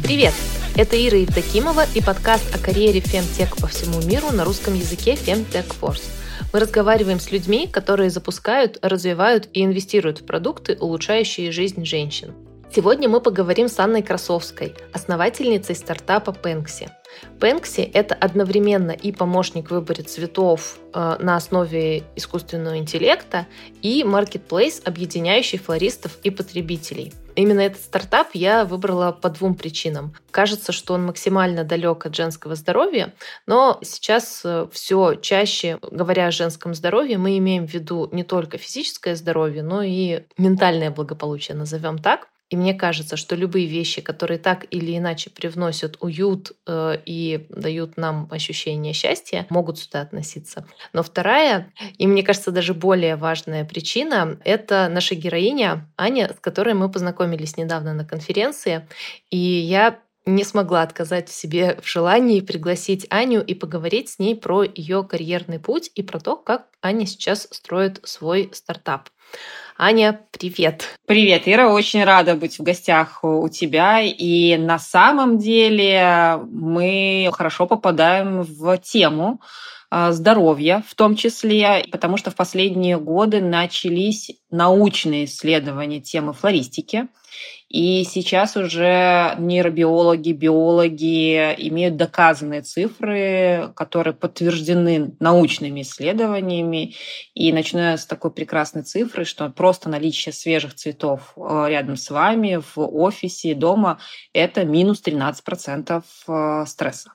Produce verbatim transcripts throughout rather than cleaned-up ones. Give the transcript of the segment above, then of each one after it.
Привет! Это Ира Евдокимова и подкаст о карьере фемтех по всему миру на русском языке Femtech Force. Мы разговариваем с людьми, которые запускают, развивают и инвестируют в продукты, улучшающие жизнь женщин. Сегодня мы поговорим с Анной Красовской, основательницей стартапа Пэнкси. Пэнкси – это одновременно и помощник в выборе цветов э, на основе искусственного интеллекта и маркетплейс, объединяющий флористов и потребителей. Именно этот стартап я выбрала по двум причинам. Кажется, что он максимально далек от женского здоровья, но сейчас все чаще, говоря о женском здоровье, мы имеем в виду не только физическое здоровье, но и ментальное благополучие, назовем так. И мне кажется, что любые вещи, которые так или иначе привносят уют э, и дают нам ощущение счастья, могут сюда относиться. Но вторая, и мне кажется, даже более важная причина, это наша героиня Аня, с которой мы познакомились недавно на конференции. И я не смогла отказать в себе в желании пригласить Аню и поговорить с ней про ее карьерный путь и про то, как Аня сейчас строит свой стартап. Аня, привет! Привет, Ира, очень рада быть в гостях у тебя. И на самом деле мы хорошо попадаем в тему здоровья в том числе, потому что в последние годы начались научные исследования темы флористики. И сейчас уже нейробиологи, биологи имеют доказанные цифры, которые подтверждены научными исследованиями. И начиная с такой прекрасной цифры, что просто наличие свежих цветов рядом с вами в офисе, дома – это минус тринадцать процентов стресса.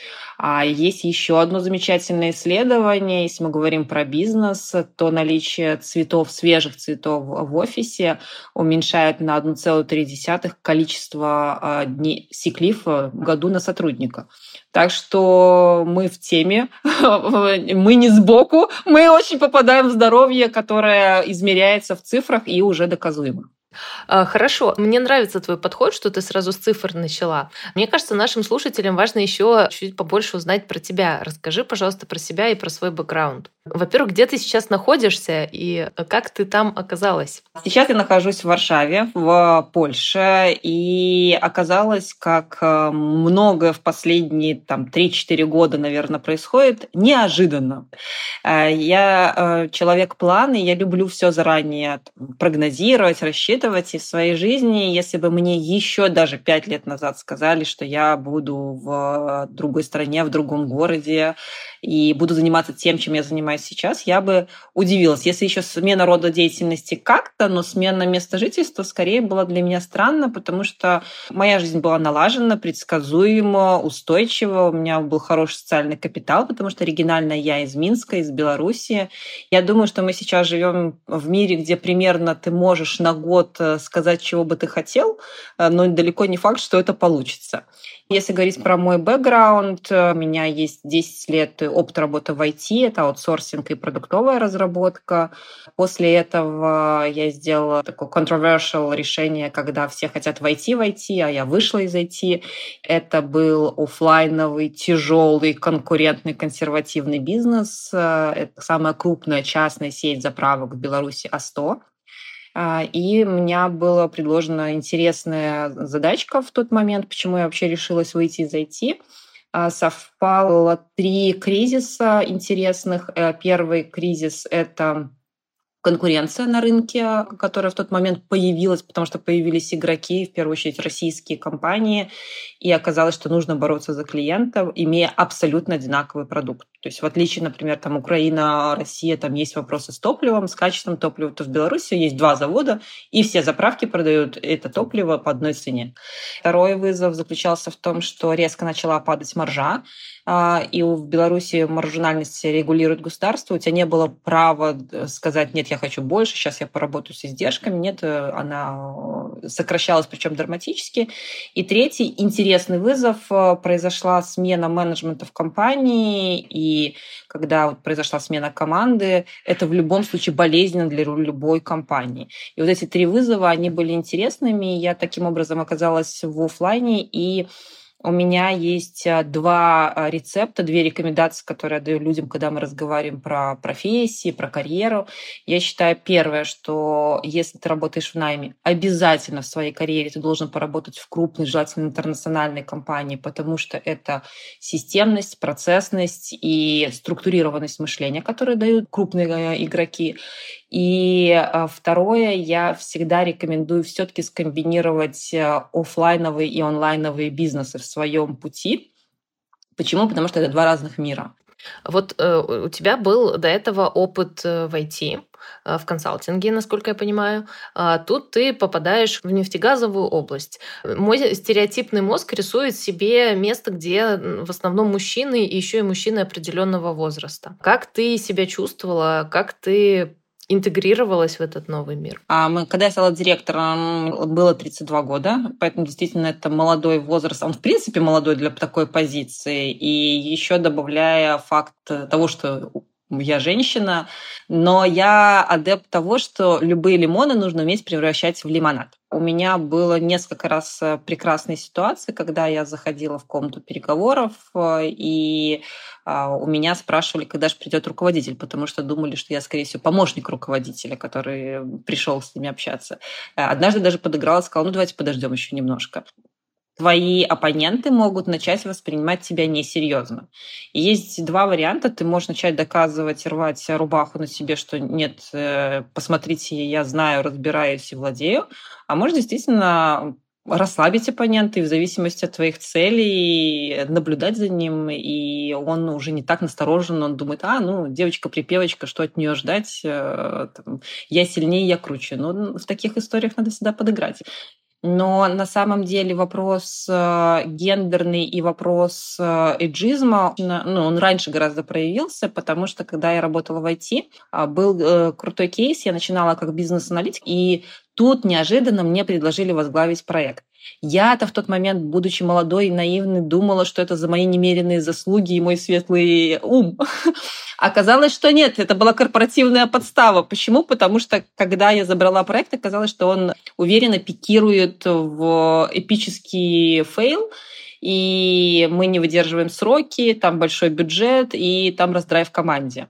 А есть еще одно замечательное исследование. Если мы говорим про бизнес, то наличие цветов, свежих цветов в офисе уменьшает на одна целая три десятых количество дней сик-лива в году на сотрудника. Так что мы в теме, мы не сбоку, мы очень попадаем в здоровье, которое измеряется в цифрах и уже доказуемо. Хорошо, мне нравится твой подход, что ты сразу с цифр начала. Мне кажется, нашим слушателям важно еще чуть побольше узнать про тебя. Расскажи, пожалуйста, про себя и про свой бэкграунд. Во-первых, где ты сейчас находишься и как ты там оказалась? Сейчас я нахожусь в Варшаве, в Польше, и оказалось, как многое в последние там, три-четыре года, наверное, происходит, неожиданно. Я человек плана, и я люблю все заранее прогнозировать, рассчитывать. И в своей жизни, если бы мне еще даже пять лет назад сказали, что я буду в другой стране, в другом городе и буду заниматься тем, чем я занимаюсь сейчас, я бы удивилась. Если еще смена рода деятельности как-то, но смена места жительства скорее была для меня странно, потому что моя жизнь была налажена, предсказуема, устойчива. У меня был хороший социальный капитал, потому что оригинально я из Минска, из Беларуси. Я думаю, что мы сейчас живем в мире, где примерно ты можешь на год сказать, чего бы ты хотел, но далеко не факт, что это получится. Если говорить про мой бэкграунд, у меня есть десять лет опыт работы в ай ти, это аутсорсинг и продуктовая разработка. После этого я сделала такое controversial решение, когда все хотят войти в ай ти, а я вышла из ай ти. Это был офлайновый, тяжелый, конкурентный, консервативный бизнес. Это самая крупная частная сеть заправок в Беларуси а сто. И мне была предложена интересная задачка в тот момент, почему я вообще решилась выйти из ай ти. Совпало три кризиса интересных. Первый кризис – это конкуренция на рынке, которая в тот момент появилась, потому что появились игроки, в первую очередь российские компании, и оказалось, что нужно бороться за клиентов, имея абсолютно одинаковый продукт. То есть в отличие, например, там Украина, Россия, там есть вопросы с топливом, с качеством топлива, то в Беларуси есть два завода, и все заправки продают это топливо по одной цене. Второй вызов заключался в том, что резко начала падать маржа, и в Беларуси маржинальность регулирует государство, у тебя не было права сказать, нет, я хочу больше, сейчас я поработаю с издержками. Нет, она сокращалась, причем драматически. И третий интересный вызов – произошла смена менеджмента в компании, и когда вот произошла смена команды, это в любом случае болезненно для любой компании. И вот эти три вызова, они были интересными, я таким образом оказалась в офлайне, и У меня есть два рецепта, две рекомендации, которые я даю людям, когда мы разговариваем про профессии, про карьеру. Я считаю, первое, что если ты работаешь в найме, обязательно в своей карьере ты должен поработать в крупной, желательно интернациональной компании, потому что это системность, процессность и структурированность мышления, которые дают крупные игроки. И второе, я всегда рекомендую все-таки скомбинировать офлайновые и онлайновые бизнесы в своем пути. Почему? Потому что это два разных мира. Вот э, у тебя был до этого опыт в ай ти, в консалтинге, насколько я понимаю. А тут ты попадаешь в нефтегазовую область. Мой стереотипный мозг рисует себе место, где в основном мужчины, и еще и мужчины определенного возраста. Как ты себя чувствовала? Как ты интегрировалась в этот новый мир? А мы, когда я стала директором, было тридцать два года, поэтому действительно это молодой возраст. Он, в принципе, молодой для такой позиции. И еще добавляя факт того, что я женщина, но я адепт того, что любые лимоны нужно уметь превращать в лимонад. У меня было несколько раз прекрасные ситуации, когда я заходила в комнату переговоров, и у меня спрашивали, когда же придет руководитель, потому что думали, что я, скорее всего, помощник руководителя, который пришел с ними общаться. Однажды даже подыграла, сказала, ну давайте подождем еще немножко. Твои оппоненты могут начать воспринимать тебя несерьезно. И есть два варианта. Ты можешь начать доказывать, рвать рубаху на себе, что нет, посмотрите, я знаю, разбираюсь и владею. А можешь действительно расслабить оппонента и в зависимости от твоих целей наблюдать за ним, и он уже не так насторожен, он думает, а, ну, девочка-припевочка, что от нее ждать? Я сильнее, я круче. Но в таких историях надо всегда подыграть. Но на самом деле вопрос гендерный и вопрос эйджизма, ну, он раньше гораздо проявился, потому что когда я работала в ай ти, был крутой кейс, я начинала как бизнес-аналитик, и тут неожиданно мне предложили возглавить проект. Я-то в тот момент, будучи молодой и наивной, думала, что это за мои немеренные заслуги и мой светлый ум. Оказалось, что нет, это была корпоративная подстава. Почему? Потому что, когда я забрала проект, оказалось, что он уверенно пикирует в эпический фейл, и мы не выдерживаем сроки, там большой бюджет, и там раздрай в команде.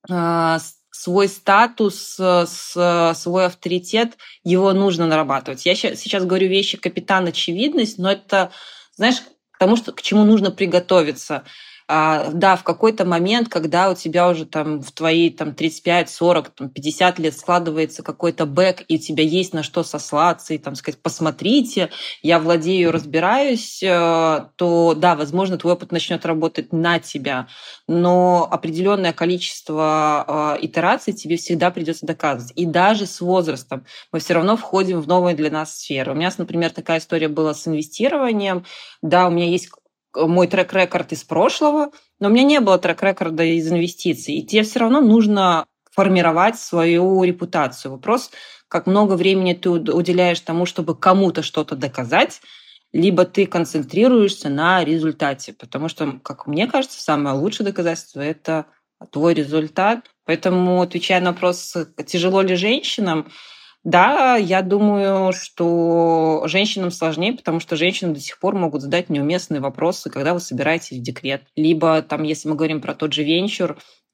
Свой статус, свой авторитет, его нужно нарабатывать. Я сейчас говорю вещи капитан очевидность, но это, знаешь, к тому, что, к чему нужно приготовиться. Да, в какой-то момент, когда у тебя уже там в твои там, тридцать пять, сорок, там, пятьдесят лет складывается какой-то бэк, и у тебя есть на что сослаться, и там сказать, посмотрите, я владею, разбираюсь, то да, возможно, твой опыт начнет работать на тебя, но определенное количество итераций тебе всегда придется доказывать. И даже с возрастом мы все равно входим в новые для нас сферы. У меня, например, такая история была с инвестированием. Да, у меня есть мой трек-рекорд из прошлого, но у меня не было трек-рекорда из инвестиций. И тебе все равно нужно формировать свою репутацию. Вопрос, как много времени ты уделяешь тому, чтобы кому-то что-то доказать, либо ты концентрируешься на результате. Потому что, как мне кажется, самое лучшее доказательство – это твой результат. Поэтому, отвечая на вопрос, тяжело ли женщинам, да, я думаю, что женщинам сложнее, потому что женщины до сих пор могут задать неуместные вопросы, когда вы собираетесь в декрет. Либо, там, если мы говорим про тот же венчур,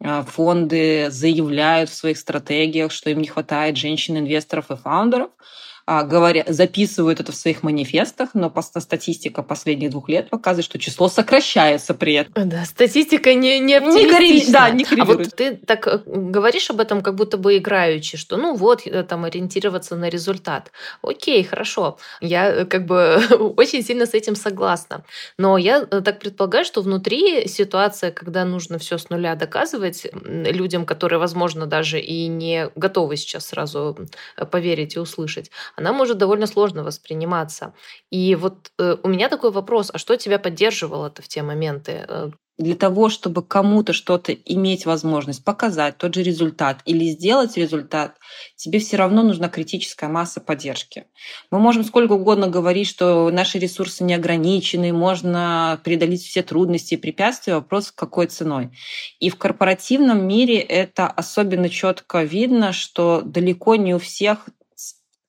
фонды заявляют в своих стратегиях, что им не хватает женщин-инвесторов и фаундеров, говоря, записывают это в своих манифестах, но статистика последних двух лет показывает, что число сокращается при этом. Да, статистика не, не оптимистична. Да, не коррелирует. А вот ты так говоришь об этом как будто бы играючи, что ну вот, там, ориентироваться на результат. Окей, хорошо. Я как бы очень сильно с этим согласна. Но я так предполагаю, что внутри ситуация, когда нужно все с нуля доказывать людям, которые, возможно, даже и не готовы сейчас сразу поверить и услышать, она может довольно сложно восприниматься. И вот э, у меня такой вопрос, а что тебя поддерживало-то в те моменты? Для того, чтобы кому-то что-то иметь возможность показать, тот же результат или сделать результат, тебе все равно нужна критическая масса поддержки. Мы можем сколько угодно говорить, что наши ресурсы не ограничены, можно преодолеть все трудности и препятствия, вопрос какой ценой. И в корпоративном мире это особенно четко видно, что далеко не у всех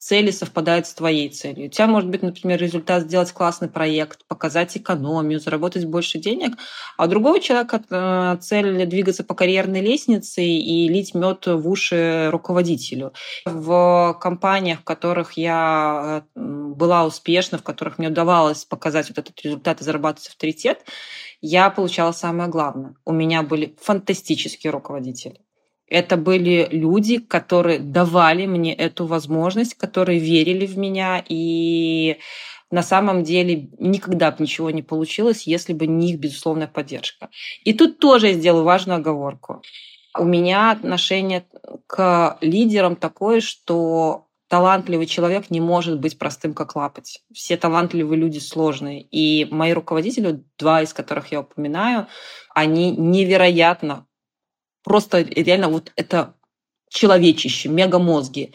цели совпадают с твоей целью. У тебя может быть, например, результат сделать классный проект, показать экономию, заработать больше денег, а у другого человека э, цель двигаться по карьерной лестнице и лить мед в уши руководителю. В компаниях, в которых я была успешна, в которых мне удавалось показать вот этот результат и зарабатывать авторитет, я получала самое главное. У меня были фантастические руководители. Это были люди, которые давали мне эту возможность, которые верили в меня, и на самом деле никогда бы ничего не получилось, если бы не их безусловная поддержка. И тут тоже я сделаю важную оговорку. У меня отношение к лидерам такое, что талантливый человек не может быть простым, как лапоть. Все талантливые люди сложные. И мои руководители, два из которых я упоминаю, они невероятно просто реально вот это человечище, мегамозги.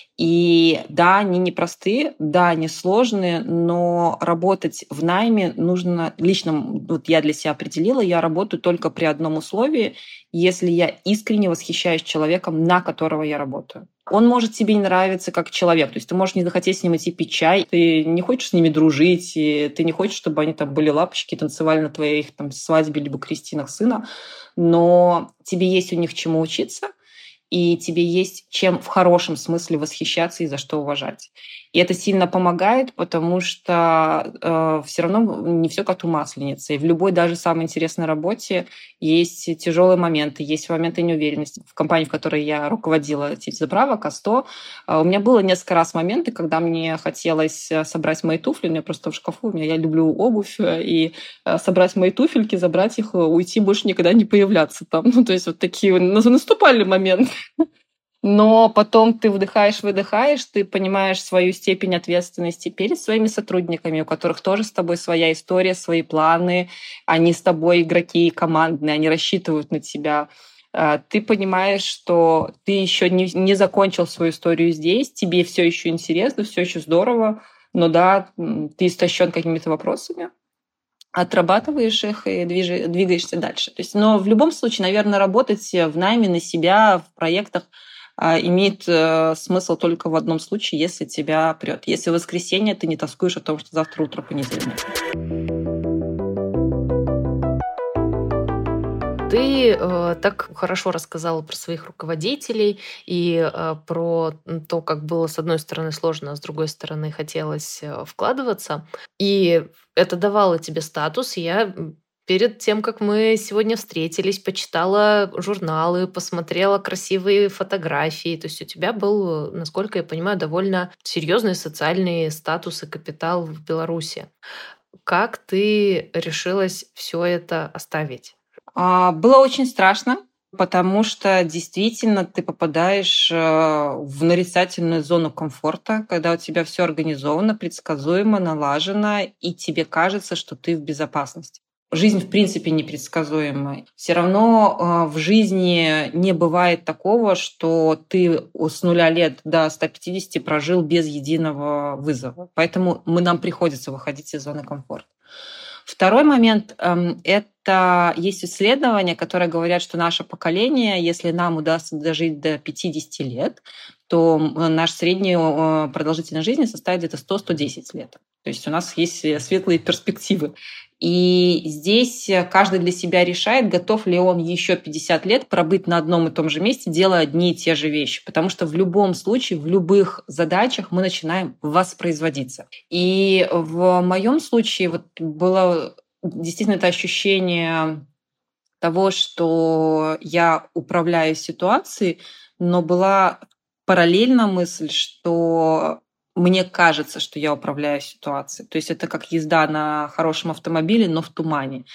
И да, они непростые, да, они сложные, но работать в найме нужно, лично вот я для себя определила, я работаю только при одном условии, если я искренне восхищаюсь человеком, на которого я работаю. Он может тебе не нравиться как человек, то есть ты можешь не захотеть с ним идти пить чай, ты не хочешь с ними дружить, и ты не хочешь, чтобы они там были лапочки, танцевали на твоих там свадьбе либо крестинах сына, но тебе есть у них чему учиться, и тебе есть чем в хорошем смысле восхищаться и за что уважать. И это сильно помогает, потому что э, все равно не все как у масленицы. И в любой даже самой интересной работе есть тяжелые моменты, есть моменты неуверенности. В компании, в которой я руководила сеть заправок, а сто, э, у меня было несколько раз моменты, когда мне хотелось собрать мои туфли, у меня просто в шкафу, у меня, я люблю обувь, и э, собрать мои туфельки, забрать их, уйти, больше никогда не появляться там. Ну, то есть вот такие наступали моменты. Но потом ты вдыхаешь, выдыхаешь, ты понимаешь свою степень ответственности перед своими сотрудниками, у которых тоже с тобой своя история, свои планы, они с тобой игроки командные, они рассчитывают на тебя. Ты понимаешь, что ты еще не, не закончил свою историю здесь, тебе все еще интересно, все еще здорово, но да, ты истощен какими-то вопросами, отрабатываешь их и движ, двигаешься дальше. То есть, но в любом случае, наверное, работать в найме на себя, в проектах имеет смысл только в одном случае, если тебя прет. Если в воскресенье ты не тоскуешь о том, что завтра утро понедельник. Ты э, так хорошо рассказала про своих руководителей и э, про то, как было, с одной стороны, сложно, а с другой стороны, хотелось э, вкладываться. И это давало тебе статус. Я перед тем, как мы сегодня встретились, почитала журналы, посмотрела красивые фотографии. То есть у тебя был, насколько я понимаю, довольно серьезный социальный статус и капитал в Беларуси. Как ты решилась все это оставить? Было очень страшно, потому что действительно ты попадаешь в нарицательную зону комфорта, когда у тебя все организовано, предсказуемо, налажено, и тебе кажется, что ты в безопасности. Жизнь, в принципе, непредсказуемая. Все равно в жизни не бывает такого, что ты с нуля лет до ста пятидесяти прожил без единого вызова. Поэтому мы, нам приходится выходить из зоны комфорта. Второй момент – это есть исследования, которые говорят, что наше поколение, если нам удастся дожить до пятидесяти лет, то наша средняя продолжительность жизни составит где-то сто - сто десять лет. То есть у нас есть светлые перспективы. И здесь каждый для себя решает, готов ли он еще пятьдесят лет пробыть на одном и том же месте, делая одни и те же вещи. Потому что в любом случае, в любых задачах мы начинаем воспроизводиться. И в моем случае вот было действительно это ощущение того, что я управляю ситуацией, но была параллельно мысль, что мне кажется, что я управляю ситуацией. То есть это как езда на хорошем автомобиле, но в тумане.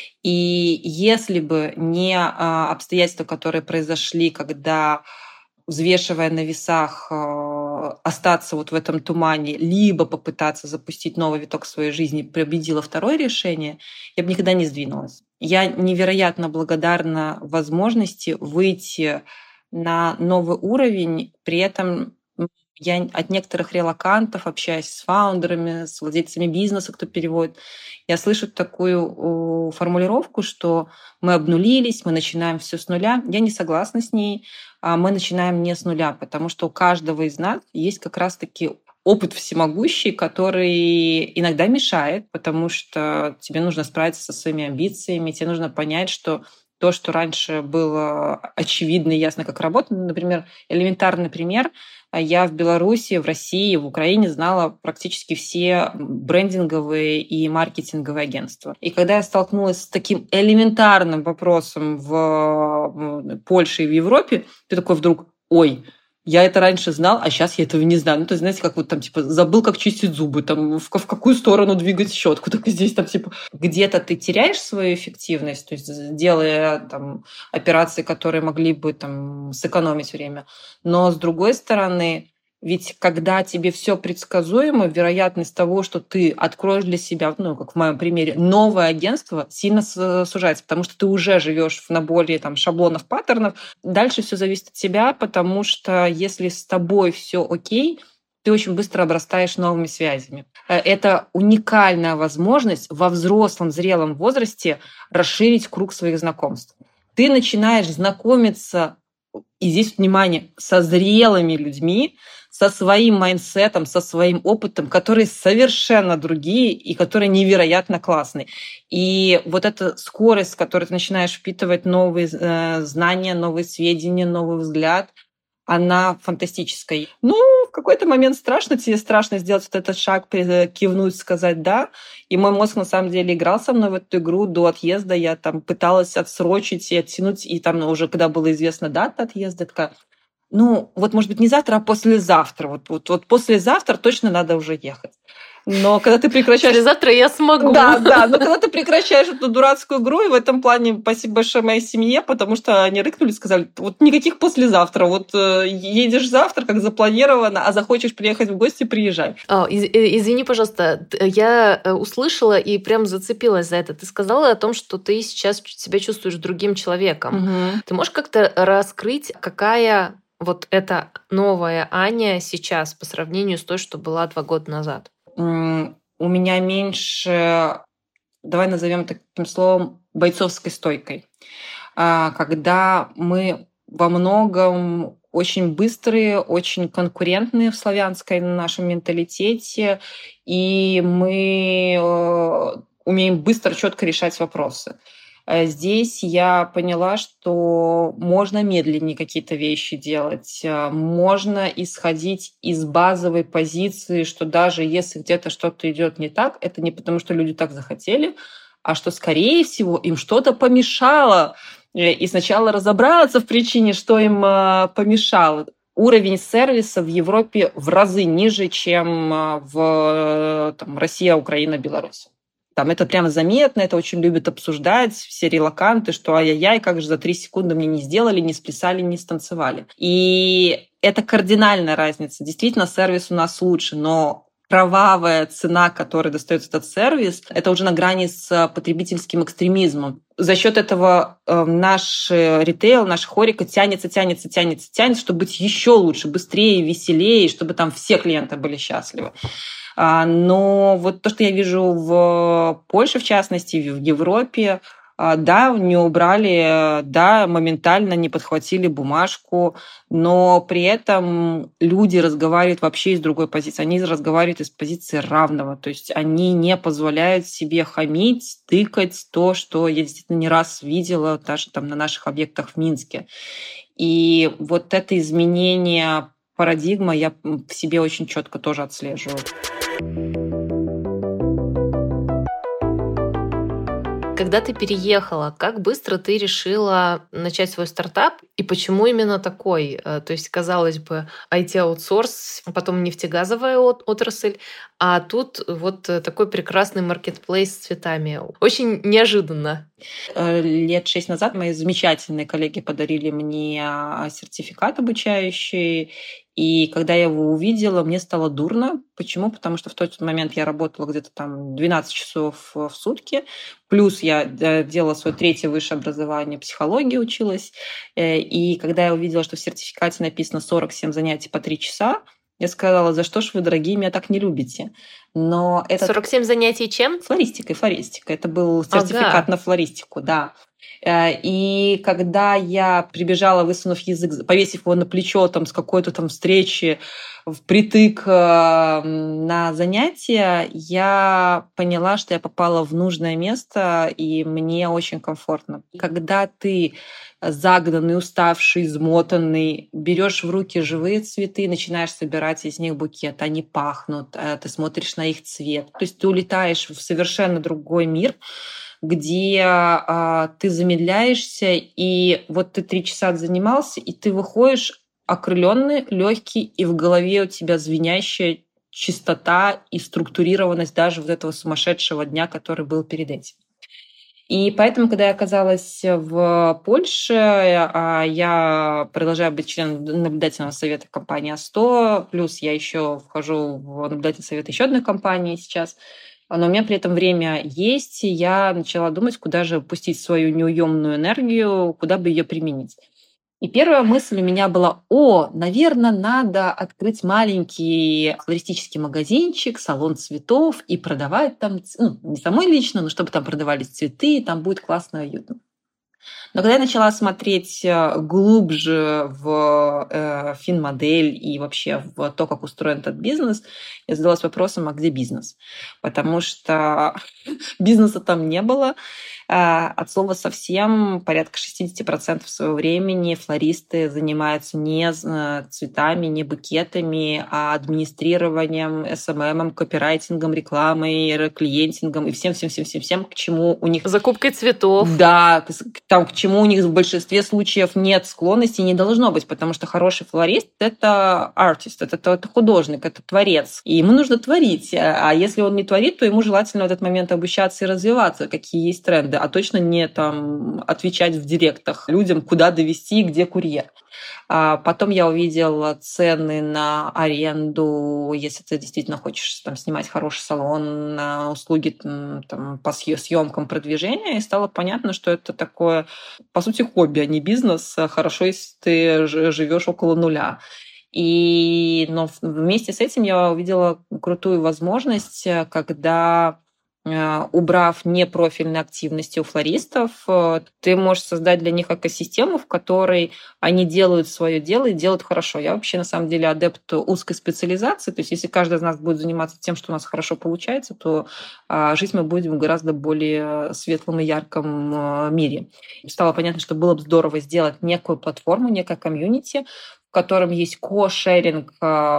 И если бы не обстоятельства, которые произошли, когда, взвешивая на весах, остаться вот в этом тумане, либо попытаться запустить новый виток в своей жизни, победила второе решение, я бы никогда не сдвинулась. Я невероятно благодарна возможности выйти на новый уровень, при этом я от некоторых релокантов, общаясь с фаундерами, с владельцами бизнеса, кто переводит, я слышу такую формулировку, что мы обнулились, мы начинаем все с нуля. Я не согласна с ней. мы начинаем не с нуля, потому что у каждого из нас есть как раз-таки опыт всемогущий, который иногда мешает, потому что тебе нужно справиться со своими амбициями, тебе нужно понять, что то, что раньше было очевидно и ясно, как работает, например, элементарный пример, я в Беларуси, в России, в Украине знала практически все брендинговые и маркетинговые агентства. И когда я столкнулась с таким элементарным вопросом в Польше и в Европе, ты такой вдруг, ой, я это раньше знал, а сейчас я этого не знаю. Ну, то есть, знаете, как вот там, типа, забыл, как чистить зубы, там, в, в какую сторону двигать щетку, так и здесь, там, типа, где-то ты теряешь свою эффективность, то есть, делая, там, операции, которые могли бы, там, сэкономить время. Но, с другой стороны, ведь когда тебе все предсказуемо, вероятность того, что ты откроешь для себя, ну, как в моем примере, новое агентство, сильно сужается, потому что ты уже живешь в наборе там, шаблонов, паттернов. Дальше все зависит от тебя, потому что если с тобой все окей, ты очень быстро обрастаешь новыми связями. Это уникальная возможность во взрослом, зрелом возрасте расширить круг своих знакомств. Ты начинаешь знакомиться, и здесь, внимание, со зрелыми людьми, со своим майндсетом, со своим опытом, которые совершенно другие и которые невероятно классные. И вот эта скорость, с которой ты начинаешь впитывать новые э, знания, новые сведения, новый взгляд, она фантастическая. Ну, в какой-то момент страшно, тебе страшно сделать вот этот шаг, кивнуть, сказать «да». И мой мозг, на самом деле, играл со мной в эту игру до отъезда. Я там пыталась отсрочить и оттянуть. И там уже, когда было известно дата отъезда, такая, ну, вот, может быть, не завтра, а послезавтра. Вот, вот, вот послезавтра точно надо уже ехать. Но когда ты прекращаешь... Послезавтра я смогу. Да, да, но когда ты прекращаешь эту дурацкую игру, и в этом плане спасибо большое моей семье, потому что они рыкнули, сказали, вот никаких послезавтра, вот едешь завтра, как запланировано, а захочешь приехать в гости, приезжай. О, из, извини, пожалуйста, я услышала и прям зацепилась за это. Ты сказала о том, что ты сейчас себя чувствуешь другим человеком. Угу. Ты можешь как-то раскрыть, какая вот эта новая Аня сейчас по сравнению с той, что была два года назад? У меня меньше, давай назовем таким словом, бойцовской стойкой. Когда мы во многом очень быстрые, очень конкурентные в славянской нашем менталитете, и мы умеем быстро, четко решать вопросы. Здесь я поняла, что можно медленнее какие-то вещи делать, можно исходить из базовой позиции, что даже если где-то что-то идет не так, это не потому, что люди так захотели, а что, скорее всего, им что-то помешало. И сначала разобраться в причине, что им помешало. Уровень сервиса в Европе в разы ниже, чем в там, Россия, Украина, Беларусь. Там это прямо заметно, это очень любят обсуждать все релоканты, что ай-яй-яй, как же за три секунды мне не сделали, не сплясали, не станцевали. И это кардинальная разница. Действительно, сервис у нас лучше, но кровавая цена, которой достается этот сервис, это уже на грани с потребительским экстремизмом. За счет этого э, наш ритейл, наша хорика тянется, тянется, тянется, тянется, чтобы быть еще лучше, быстрее, веселее, чтобы там все клиенты были счастливы. Но вот то, что я вижу в Польше, в частности, в Европе, да, не убрали, да, моментально не подхватили бумажку, но при этом люди разговаривают вообще из другой позиции. Они разговаривают из позиции равного, то есть они не позволяют себе хамить, тыкать то, что я действительно не раз видела даже там на наших объектах в Минске. И вот это изменение парадигмы я в себе очень четко тоже отслеживаю. Когда ты переехала, как быстро ты решила начать свой стартап и почему именно такой? То есть, казалось бы, ай ти-аутсорс, потом нефтегазовая отрасль, а тут вот такой прекрасный маркетплейс с цветами. Очень неожиданно. Лет шесть назад мои замечательные коллеги подарили мне сертификат обучающий, и когда я его увидела, мне стало дурно. Почему? Потому что в тот момент я работала где-то там двенадцать часов в сутки, плюс я делала свое третье высшее образование, психологии училась, и когда я увидела, что в сертификате написано сорок семь занятий по три часа, я сказала, за что ж вы, дорогие, меня так не любите? Но это... сорок семь занятий чем? Флористикой, флористикой. Это был сертификат ага. на флористику, да. И когда я прибежала, высунув язык, повесив его на плечо там, с какой-то там встречи впритык на занятия, я поняла, что я попала в нужное место, и мне очень комфортно. Когда ты загнанный, уставший, измотанный, берешь в руки живые цветы, начинаешь собирать из них букет, они пахнут, ты смотришь на их цвет. То есть ты улетаешь в совершенно другой мир, где а, ты замедляешься, и вот ты три часа занимался, и ты выходишь окрыленный, легкий, и в голове у тебя звенящая чистота и структурированность даже вот этого сумасшедшего дня, который был перед этим. И поэтому, когда я оказалась в Польше, я продолжаю быть членом наблюдательного совета компании а сто, плюс я еще вхожу в наблюдательный совет еще одной компании сейчас. Но у меня при этом время есть, и я начала думать, куда же пустить свою неуемную энергию, куда бы ее применить. И первая мысль у меня была: о, наверное, надо открыть маленький флористический магазинчик, салон цветов и продавать там, ну, не самой лично, но чтобы там продавались цветы, там будет классно и уютно. Но когда я начала смотреть глубже в э, финмодель и вообще в то, как устроен этот бизнес, я задалась вопросом, а где бизнес? Потому что бизнеса там не было. От слова совсем, порядка шестьдесят процентов своего времени флористы занимаются не цветами, не букетами, а администрированием, эс эм эм, копирайтингом, рекламой, клиентингом и всем-всем-всем-всем-всем, к чему у них... Закупкой цветов. Да, там, к чему у них в большинстве случаев нет склонности, не должно быть, потому что хороший флорист – это артист, это, это художник, это творец. И ему нужно творить. А если он не творит, то ему желательно в этот момент обучаться и развиваться, какие есть тренды, а точно не там отвечать в директах людям, куда довести, где курьер. А потом я увидела цены на аренду, если ты действительно хочешь там снимать хороший салон, на услуги там, по съемкам, продвижения, и стало понятно, что это такое, по сути, хобби, а не бизнес. Хорошо, если ты живешь около нуля. И, но вместе с этим я увидела крутую возможность, когда, убрав непрофильные активности у флористов, ты можешь создать для них экосистему, в которой они делают свое дело и делают хорошо. Я вообще, на самом деле, адепт узкой специализации. То есть если каждый из нас будет заниматься тем, что у нас хорошо получается, то жить мы будем в гораздо более светлом и ярком мире. Стало понятно, что было бы здорово сделать некую платформу, некое комьюнити, в котором есть ко-шеринг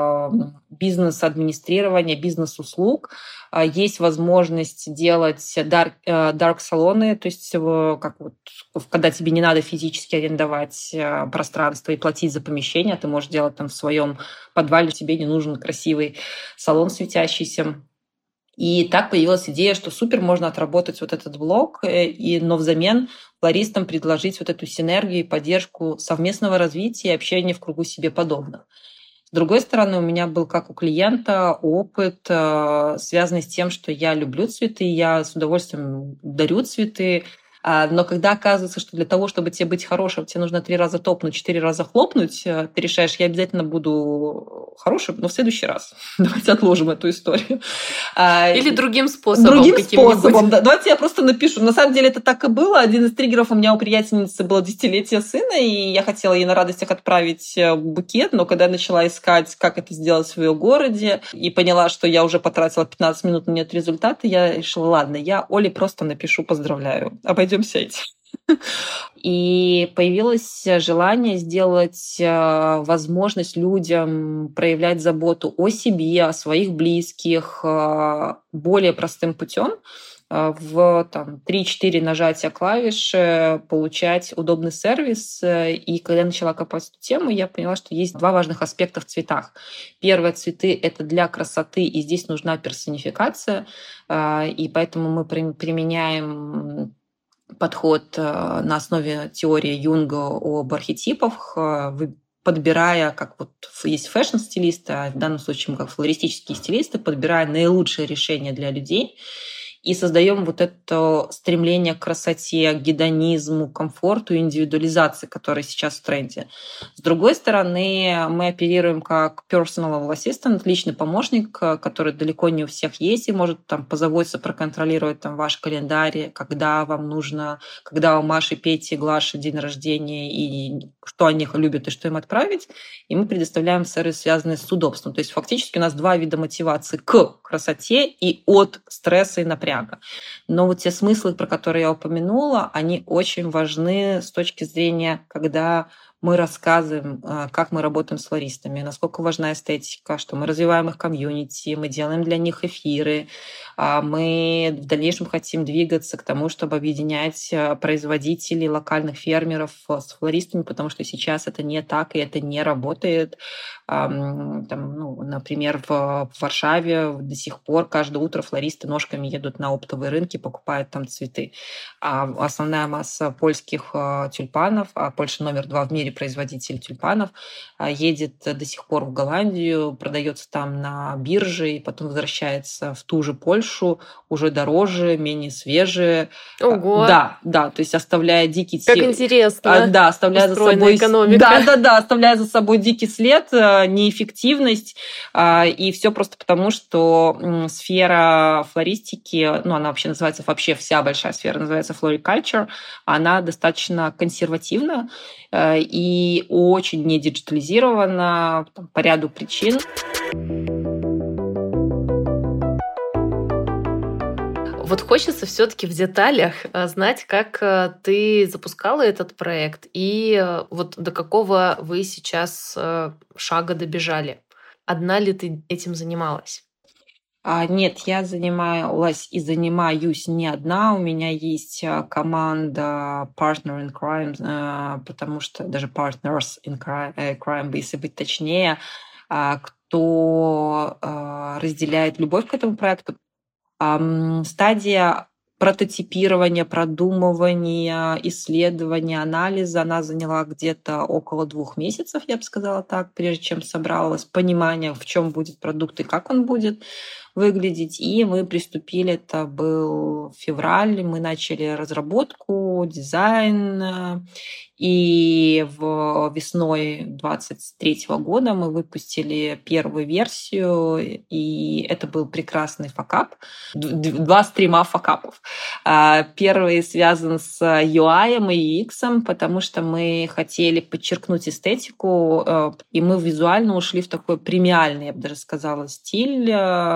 бизнес-администрирования, бизнес-услуг, есть возможность делать дарк-салоны, то есть как вот, когда тебе не надо физически арендовать пространство и платить за помещение, ты можешь делать там в своем подвале, тебе не нужен красивый салон светящийся. И так появилась идея, что супер, можно отработать вот этот блок, и, но взамен флористам предложить вот эту синергию и поддержку совместного развития и общения в кругу себе подобных. С другой стороны, у меня был, как у клиента, опыт, связанный с тем, что я люблю цветы, я с удовольствием дарю цветы, но когда оказывается, что для того, чтобы тебе быть хорошим, тебе нужно три раза топнуть, четыре раза хлопнуть, ты решаешь, я обязательно буду хорошим, но в следующий раз. Давайте отложим эту историю. Или другим способом. Другим способом, да. Давайте я просто напишу. На самом деле это так и было. Один из триггеров у меня у приятельницы было десятилетие сына, и я хотела ей на радостях отправить букет, но когда я начала искать, как это сделать в ее городе, и поняла, что я уже потратила пятнадцать минут, но нет результата, я решила, ладно, я Оле просто напишу «поздравляю». Обойдемся этим. И появилось желание сделать возможность людям проявлять заботу о себе, о своих близких более простым путем, в там, три-четыре нажатия клавиш получать удобный сервис. И когда я начала копать эту тему, я поняла, что есть два важных аспекта в цветах. Первое, цветы – это для красоты, и здесь нужна персонификация. И поэтому мы применяем подход на основе теории Юнга об архетипах, подбирая, как вот есть фэшн-стилисты, а в данном случае мы как флористические стилисты, подбирая наилучшее решение для людей. и создаем вот это стремление к красоте, к гедонизму, комфорту, индивидуализации, которая сейчас в тренде. С другой стороны, мы оперируем как personal assistant, личный помощник, который далеко не у всех есть и может там позаботиться, проконтролировать там ваш календарь, когда вам нужно, когда у Маши, Пети, Глаши день рождения и что они любят и что им отправить. И мы предоставляем сервис, связанный с удобством. То есть фактически у нас два вида мотивации к красоте и от стресса и напряга. Но вот те смыслы, про которые я упомянула, они очень важны с точки зрения, когда мы рассказываем, как мы работаем с флористами, насколько важна эстетика, что мы развиваем их комьюнити, мы делаем для них эфиры, мы в дальнейшем хотим двигаться к тому, чтобы объединять производителей, локальных фермеров с флористами, потому что сейчас это не так, и это не работает. Там, ну, например, в Варшаве до сих пор каждое утро флористы ножками едут на оптовые рынки, покупают там цветы. А основная масса польских тюльпанов, а Польша номер два в мире производитель тюльпанов, едет до сих пор в Голландию, продается там на бирже и потом возвращается в ту же Польшу, уже дороже, менее свежие. Ого! Да, да, то есть оставляя дикий... Как интересно. Да, оставляя за собой... Экономика. Да, да, да, оставляя за собой дикий след, неэффективность, и все просто потому, что сфера флористики, ну, она вообще называется, вообще вся большая сфера называется floriculture, она достаточно консервативна и очень не диджитализирована по ряду причин. Вот хочется все-таки в деталях знать, как ты запускала этот проект и вот до какого вы сейчас шага добежали. Одна ли ты этим занималась? А, нет, я занималась и занимаюсь не одна. У меня есть команда Partner in Crime, потому что даже Partners in Crime, если быть точнее, кто разделяет любовь к этому проекту. Стадия прототипирования, продумывания, исследования, анализа, она заняла где-то около двух месяцев, я бы сказала так, прежде чем собралось понимание, в чем будет продукт и как он будет выглядеть. И мы приступили, это был февраль, мы начали разработку, дизайн. И в весной двадцать третьего года мы выпустили первую версию, и это был прекрасный факап. Два стрима факапов. Первый связан с ю ай и ю экс, потому что мы хотели подчеркнуть эстетику, и мы визуально ушли в такой премиальный, я бы даже сказала, стиль.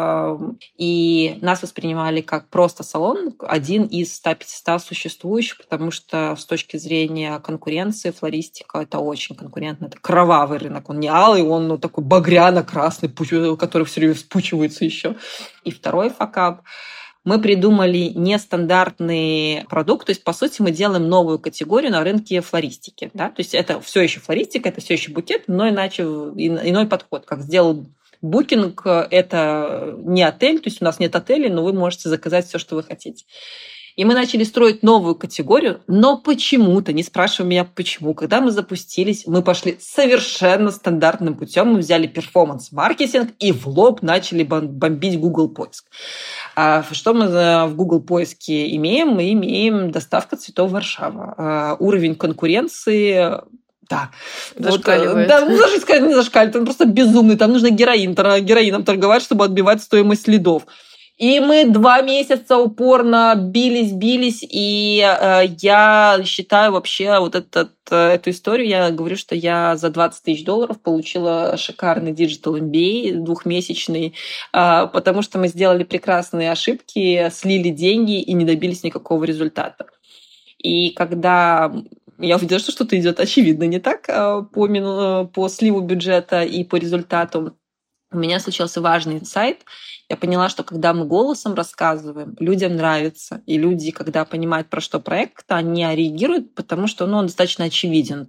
И нас воспринимали как просто салон, один из ста пятисот существующих, потому что с точки зрения конкуренции флористика — это очень конкурентно. Это кровавый рынок. Он не алый, он ну, такой багряно-красный, который все время вспучивается еще. И второй факап. Мы придумали нестандартный продукт, то есть, по сути, мы делаем новую категорию на рынке флористики. Да? То есть это все еще флористика, это все еще букет, но иначе иной подход, как сделал Букинг. Это не отель, то есть у нас нет отелей, но вы можете заказать все, что вы хотите. И мы начали строить новую категорию, но почему-то, не спрашивай меня почему, когда мы запустились, мы пошли совершенно стандартным путем, мы взяли перформанс-маркетинг и в лоб начали бомбить Google поиск. А что мы в Google поиске имеем? Мы имеем доставка цветов Варшава. Уровень конкуренции... Да, зашкаливает. Вот, да, ну, даже сказать не зашкаливает, он просто безумный. Там нужно героин, героином торговать, чтобы отбивать стоимость следов. И мы два месяца упорно бились, бились, и э, я считаю вообще вот этот, эту историю, я говорю, что я за двадцать тысяч долларов получила шикарный Digital эм би эй двухмесячный, э, потому что мы сделали прекрасные ошибки, слили деньги и не добились никакого результата. И когда я увидела, что что-то идет очевидно не так по, по сливу бюджета и по результату, у меня случился важный инсайт. Я поняла, что когда мы голосом рассказываем, людям нравится. И люди, когда понимают, про что проект, они реагируют, потому что ну, он достаточно очевиден.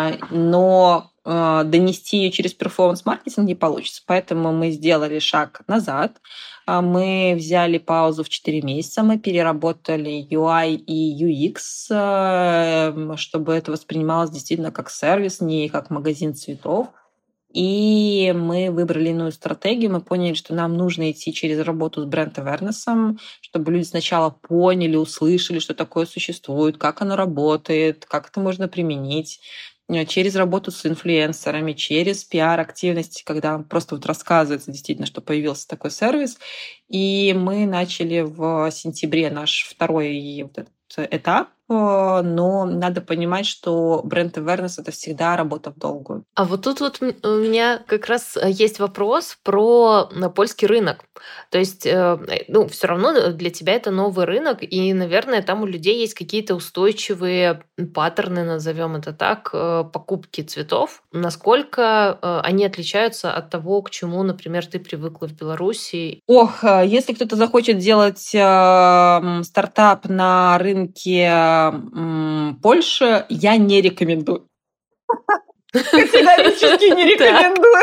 Но донести ее через перформанс-маркетинг не получится. Поэтому мы сделали шаг назад. Мы взяли паузу в четыре месяца, мы переработали ю ай и ю экс, чтобы это воспринималось действительно как сервис, не как магазин цветов. И мы выбрали иную стратегию. Мы поняли, что нам нужно идти через работу с бренд-авернесом, чтобы люди сначала поняли, услышали, что такое существует, как оно работает, как это можно применить. Через работу с инфлюенсерами, через пиар-активности, когда просто вот рассказывается действительно, что появился такой сервис. И мы начали в сентябре наш второй вот этот этап, но надо понимать, что бренд-авернес — это всегда работа в долгую. А вот тут вот у меня как раз есть вопрос про польский рынок. То есть, ну, все равно для тебя это новый рынок, и, наверное, там у людей есть какие-то устойчивые паттерны, назовем это так, покупки цветов. Насколько они отличаются от того, к чему, например, ты привыкла в Беларуси? Ох, если кто-то захочет делать э, стартап на рынке э, Польши, я не рекомендую. Категорически не рекомендую.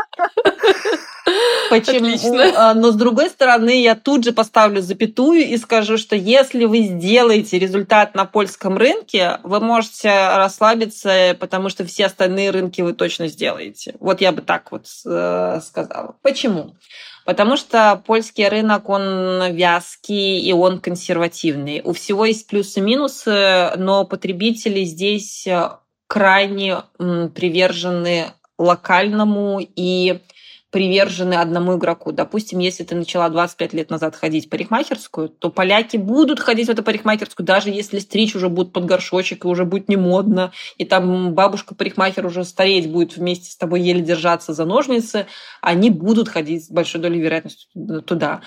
Почему? Но с другой стороны, я тут же поставлю запятую и скажу, что если вы сделаете результат на польском рынке, вы можете расслабиться, потому что все остальные рынки вы точно сделаете. Вот я бы так вот сказала. Почему? Потому что польский рынок, он вязкий и он консервативный. У всего есть плюсы и минусы, но потребители здесь крайне привержены локальному и привержены одному игроку. Допустим, если ты начала двадцать пять лет назад ходить в парикмахерскую, то поляки будут ходить в эту парикмахерскую, даже если стричь уже будут под горшочек, и уже будет не модно, и там бабушка-парикмахер уже стареть будет вместе с тобой, еле держаться за ножницы, они будут ходить с большой долей вероятности туда.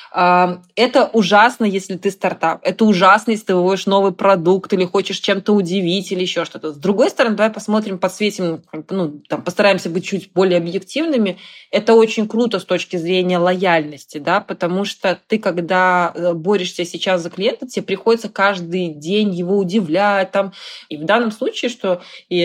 Это ужасно, если ты стартап. Это ужасно, если ты выводишь новый продукт или хочешь чем-то удивить или еще что-то. С другой стороны, давай посмотрим, подсветим, ну, там, постараемся быть чуть более объективными. Это очень круто с точки зрения лояльности, да, потому что ты, когда борешься сейчас за клиента, тебе приходится каждый день его удивлять. Там. И в данном случае, что...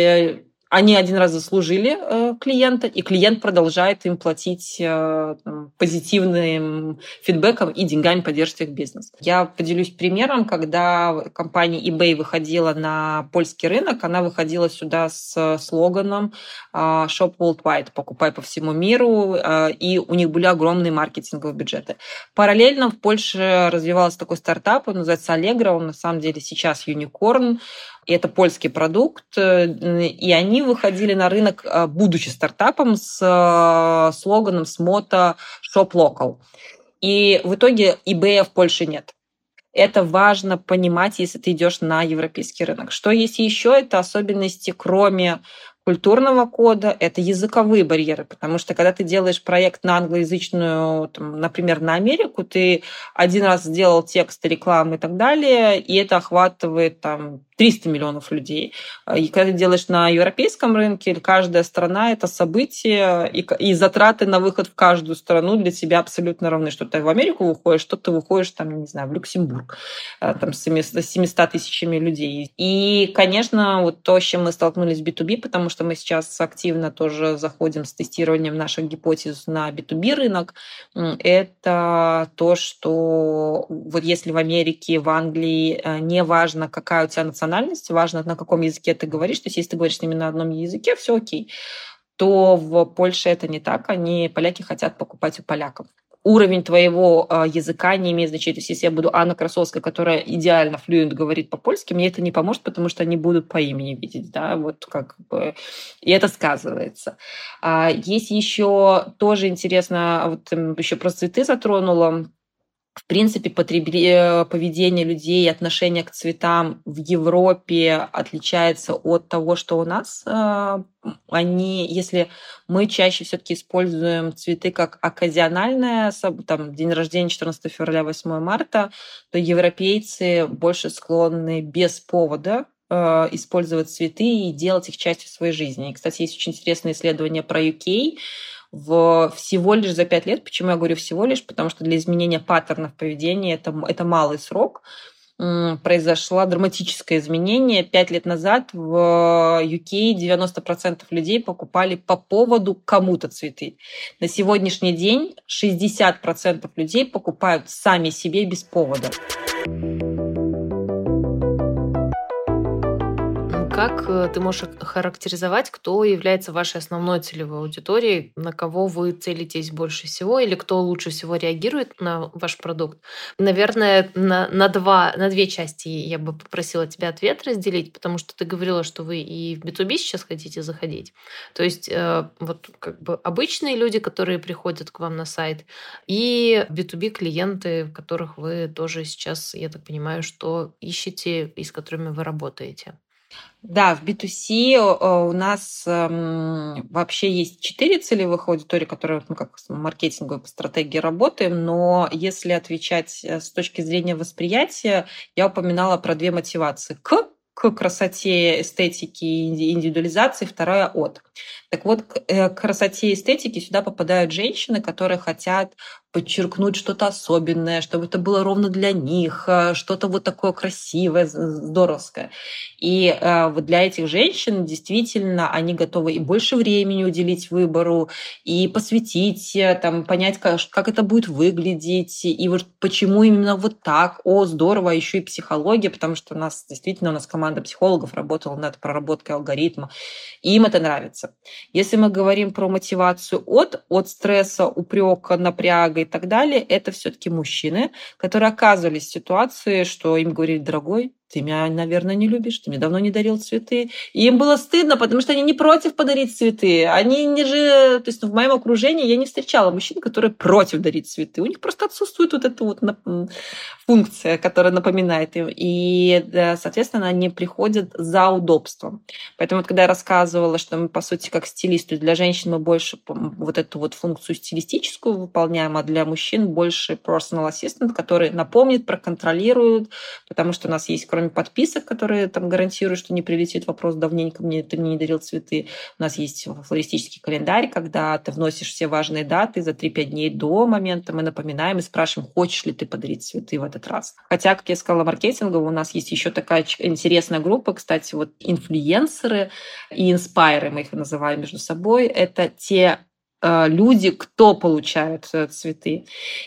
Они один раз заслужили э, клиента, и клиент продолжает им платить э, позитивным фидбэком и деньгами поддерживать их бизнес. Я поделюсь примером, когда компания eBay выходила на польский рынок, она выходила сюда с слоганом э, «Shop Worldwide», «Покупай по всему миру», э, и у них были огромные маркетинговые бюджеты. Параллельно в Польше развивался такой стартап, он называется Allegro, он на самом деле сейчас юникорн, и это польский продукт, и они выходили на рынок, будучи стартапом, с слоганом, с мото «Shop Local». И в итоге eBay в Польше нет. Это важно понимать, если ты идешь на европейский рынок. Что есть еще? Это особенности, кроме культурного кода, это языковые барьеры, потому что когда ты делаешь проект на англоязычную, там, например, на Америку, ты один раз сделал текст, рекламу и так далее, и это охватывает там триста миллионов людей. И когда ты делаешь на европейском рынке, каждая страна – это событие, и, и затраты на выход в каждую страну для тебя абсолютно равны. Что ты в Америку выходишь, что ты выходишь, там, не знаю, в Люксембург, там, с семьюстами тысячами людей. И, конечно, вот то, с чем мы столкнулись в би ту би, потому что мы сейчас активно тоже заходим с тестированием наших гипотез на би ту би рынок, это то, что вот если в Америке, в Англии не важно, какая у тебя национальность, важно, на каком языке ты говоришь. То есть, если ты говоришь с ними на одном языке, все окей. То в Польше это не так. Они, поляки, хотят покупать у поляков. Уровень твоего языка не имеет значения. То есть, если я буду Анна Красовская, которая идеально флюент говорит по-польски, мне это не поможет, потому что они будут по имени видеть. Да? Вот как бы... И это сказывается. Есть еще тоже интересно, вот еще про цветы затронула. В принципе, поведение людей, отношение к цветам в Европе отличается от того, что у нас. Они, если мы чаще все-таки используем цветы как оказиональное, там, день рождения четырнадцатого февраля, восьмого марта, то европейцы больше склонны без повода использовать цветы и делать их частью своей жизни. И, кстати, есть очень интересное исследование про ю кей, в всего лишь за пять лет. Почему я говорю всего лишь? Потому что для изменения паттернов поведения это, это малый срок. Произошло драматическое изменение. Пять лет назад в ю кей девяносто процентов людей покупали по поводу кому-то цветы. На сегодняшний день шестьдесят процентов людей покупают сами себе без повода. как ты можешь характеризовать, кто является вашей основной целевой аудиторией, на кого вы целитесь больше всего или кто лучше всего реагирует на ваш продукт? Наверное, на, на, два, на две части я бы попросила тебя ответ разделить, потому что ты говорила, что вы и в би ту би сейчас хотите заходить. То есть э, вот как бы обычные люди, которые приходят к вам на сайт, и би ту би клиенты, которых вы тоже сейчас, я так понимаю, что ищете и с которыми вы работаете. Да, в би ту си у нас вообще есть четыре целевых аудитории, которые мы как маркетинговые стратегии работаем, но если отвечать с точки зрения восприятия, я упоминала про две мотивации. К к красоте, эстетике и индивидуализации, вторая от. Так вот, к красоте и эстетике сюда попадают женщины, которые хотят подчеркнуть что-то особенное, чтобы это было ровно для них, что-то вот такое красивое, здоровское. И вот для этих женщин действительно они готовы и больше времени уделить выбору, и посвятить, там, понять, как, как это будет выглядеть, и вот почему именно вот так. О, здорово, еще и психология, потому что у нас действительно у нас команда психологов работала над проработкой алгоритма, и им это нравится. Если мы говорим про мотивацию от, от стресса, упрека, напряга и так далее, это все-таки мужчины, которые оказывались в ситуации, что им говорили: дорогой, ты меня, наверное, не любишь, ты мне давно не дарил цветы. И им было стыдно, потому что они не против подарить цветы. Они не же... То есть в моем окружении я не встречала мужчин, которые против дарить цветы. У них просто отсутствует вот эта вот функция, которая напоминает им. И, да, соответственно, они приходят за удобством. Поэтому, когда я рассказывала, что мы, по сути, как стилисты, для женщин мы больше вот эту вот функцию стилистическую выполняем, а для мужчин больше personal assistant, который напомнит, проконтролирует, потому что у нас есть, кроме подписок, которые там гарантируют, что не прилетит вопрос: давненько мне ты мне не дарил цветы. У нас есть флористический календарь, когда ты вносишь все важные даты за три-пять дней до момента, мы напоминаем и спрашиваем, хочешь ли ты подарить цветы в этот раз. Хотя, как я сказала, маркетингово у нас есть еще такая интересная группа, кстати, вот инфлюенсеры и инспайры, мы их называем между собой, это те люди, кто получают цветы,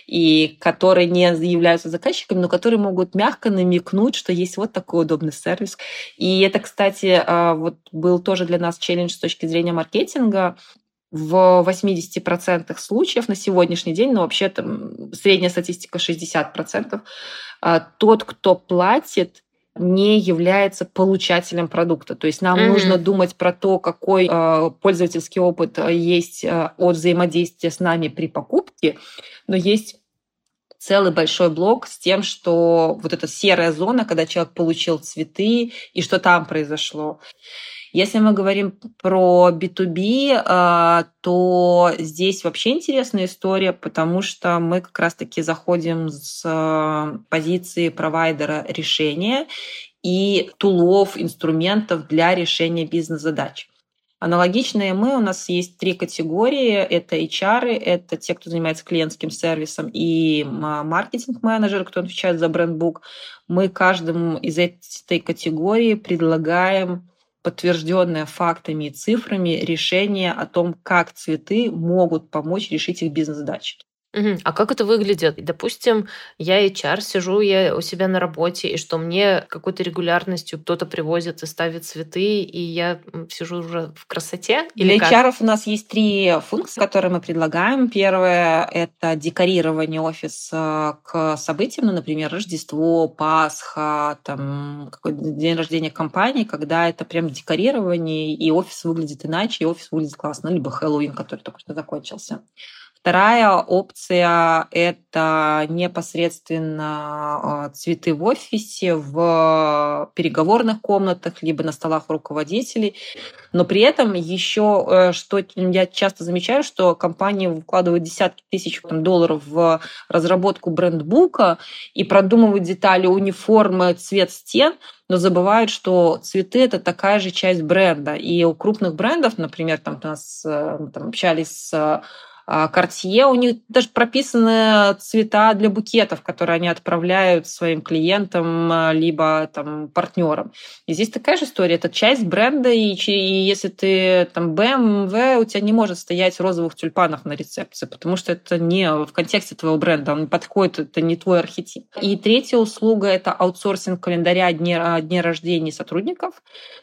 и которые не являются заказчиками, но которые могут мягко намекнуть, что есть вот такой удобный сервис. И это, кстати, вот был тоже для нас челлендж с точки зрения маркетинга. В восемьдесят процентов случаев на сегодняшний день, но вообще там средняя статистика шестьдесят процентов, тот, кто платит, не является получателем продукта. То есть нам mm-hmm. нужно думать про то, какой э, пользовательский опыт есть э, от взаимодействия с нами при покупке, но есть целый большой блок с тем, что вот эта серая зона, когда человек получил цветы, и что там произошло. Если мы говорим про би ту би, то здесь вообще интересная история, потому что мы как раз-таки заходим с позиции провайдера решения и тулов, инструментов для решения бизнес-задач. Аналогичные мы, у нас есть три категории. Это эйч ар, это те, кто занимается клиентским сервисом, и маркетинг-менеджеры, кто отвечает за брендбук. Мы каждому из этой категории предлагаем подтвержденное фактами и цифрами решение о том, как цветы могут помочь решить их бизнес-задачи. Угу. А как это выглядит? Допустим, я эйч ар, сижу я у себя на работе, и что мне какой-то регулярностью кто-то привозит и ставит цветы, и я сижу уже в красоте? Или Для эйч ар у нас есть три функции, которые мы предлагаем. Первое – это декорирование офиса к событиям, ну, например, Рождество, Пасха, там, какой-то день рождения компании, когда это прям декорирование, и офис выглядит иначе, и офис выглядит классно, либо Хэллоуин, который только что закончился. Вторая опция – это непосредственно цветы в офисе, в переговорных комнатах, либо на столах руководителей. Но при этом еще, что я часто замечаю, что компании вкладывают десятки тысяч долларов в разработку брендбука и продумывают детали униформы, цвет стен, но забывают, что цветы – это такая же часть бренда. И у крупных брендов, например, там у нас там, общались с Cartier, у них даже прописаны цвета для букетов, которые они отправляют своим клиентам либо там, партнерам. И здесь такая же история. Это часть бренда, и, и если ты там бэ эм вэ, у тебя не может стоять розовых тюльпанов на рецепции, потому что это не в контексте твоего бренда, он не подходит, это не твой архетип. И третья услуга – это аутсорсинг календаря дней, дней рождения сотрудников.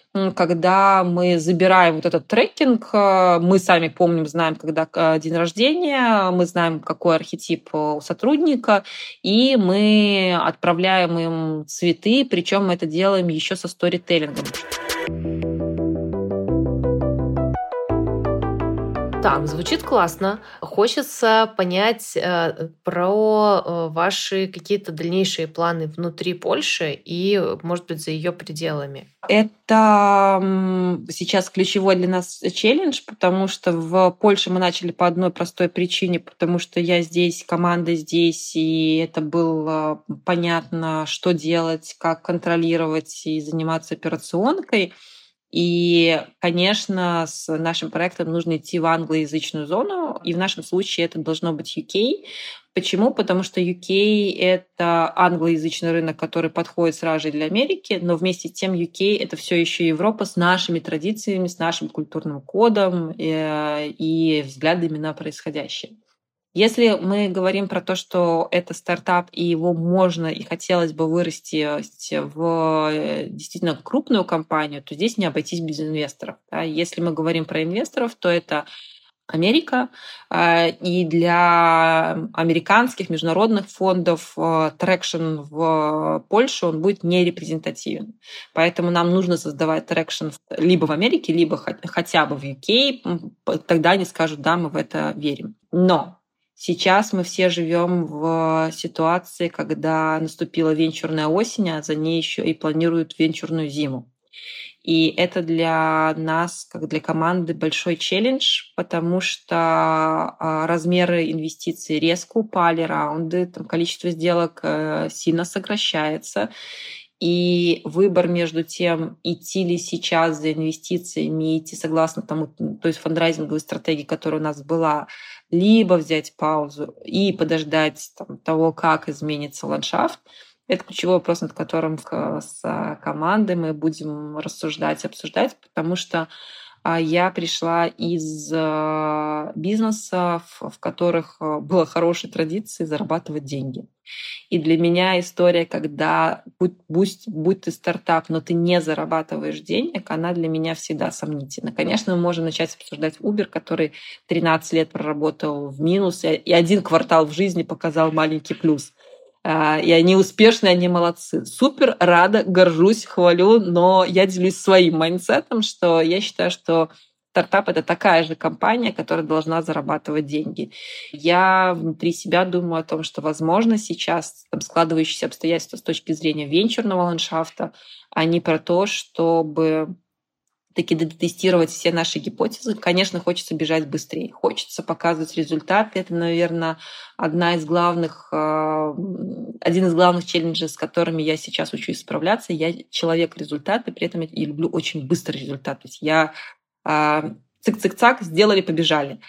когда мы забираем вот этот трекинг, мы сами помним, знаем, когда день рождения, мы знаем, какой архетип у сотрудника, и мы отправляем им цветы, причем мы это делаем еще со сторителлингом. Так, звучит классно. Хочется понять э, про э, ваши какие-то дальнейшие планы внутри Польши и, может быть, за ее пределами. Это сейчас ключевой для нас челлендж, потому что в Польше мы начали по одной простой причине, потому что я здесь, команда здесь, и это было понятно, что делать, как контролировать и заниматься операционкой. И, конечно, с нашим проектом нужно идти в англоязычную зону, и в нашем случае это должно быть ю кей. Почему? Потому что ю кей — это англоязычный рынок, который подходит сразу же для Америки, но вместе с тем ю кей — это все еще Европа с нашими традициями, с нашим культурным кодом и, и взглядами на происходящее. Если мы говорим про то, что это стартап, и его можно и хотелось бы вырасти в действительно крупную компанию, то здесь не обойтись без инвесторов. Если мы говорим про инвесторов, то это Америка, и для американских международных фондов трекшн в Польше он будет нерепрезентативен. Поэтому нам нужно создавать трекшн либо в Америке, либо хотя бы в ю кей, тогда они скажут: да, мы в это верим. Но сейчас мы все живем в ситуации, когда наступила венчурная осень, а за ней еще и планируют венчурную зиму. И это для нас, как для команды, большой челлендж, потому что размеры инвестиций резко упали, раунды, там количество сделок сильно сокращается. И выбор между тем, идти ли сейчас за инвестициями, идти согласно тому, то есть фандрайзинговой стратегии, которая у нас была, либо взять паузу и подождать там, того, как изменится ландшафт. Это ключевой вопрос, над которым с командой мы будем рассуждать, обсуждать, потому что я пришла из бизнеса, в которых была хорошая традиция зарабатывать деньги. И для меня история, когда будь, будь, будь ты стартап, но ты не зарабатываешь денег, она для меня всегда сомнительна. Конечно, мы можем начать обсуждать Uber, который тринадцать лет проработал в минус, и один квартал в жизни показал маленький плюс. И они успешные, они молодцы. Супер, рада, горжусь, хвалю, но я делюсь своим майндсетом, что я считаю, что стартап — это такая же компания, которая должна зарабатывать деньги. Я внутри себя думаю о том, что, возможно, сейчас там, складывающиеся обстоятельства с точки зрения венчурного ландшафта, они про то, чтобы таки тестировать все наши гипотезы. Конечно, хочется бежать быстрее, хочется показывать результаты. Это, наверное, одна из главных, один из главных челленджей, с которыми я сейчас учусь справляться. Я человек результата, при этом я люблю очень быстрый результат. То есть я цик-цик-цак, сделали, побежали.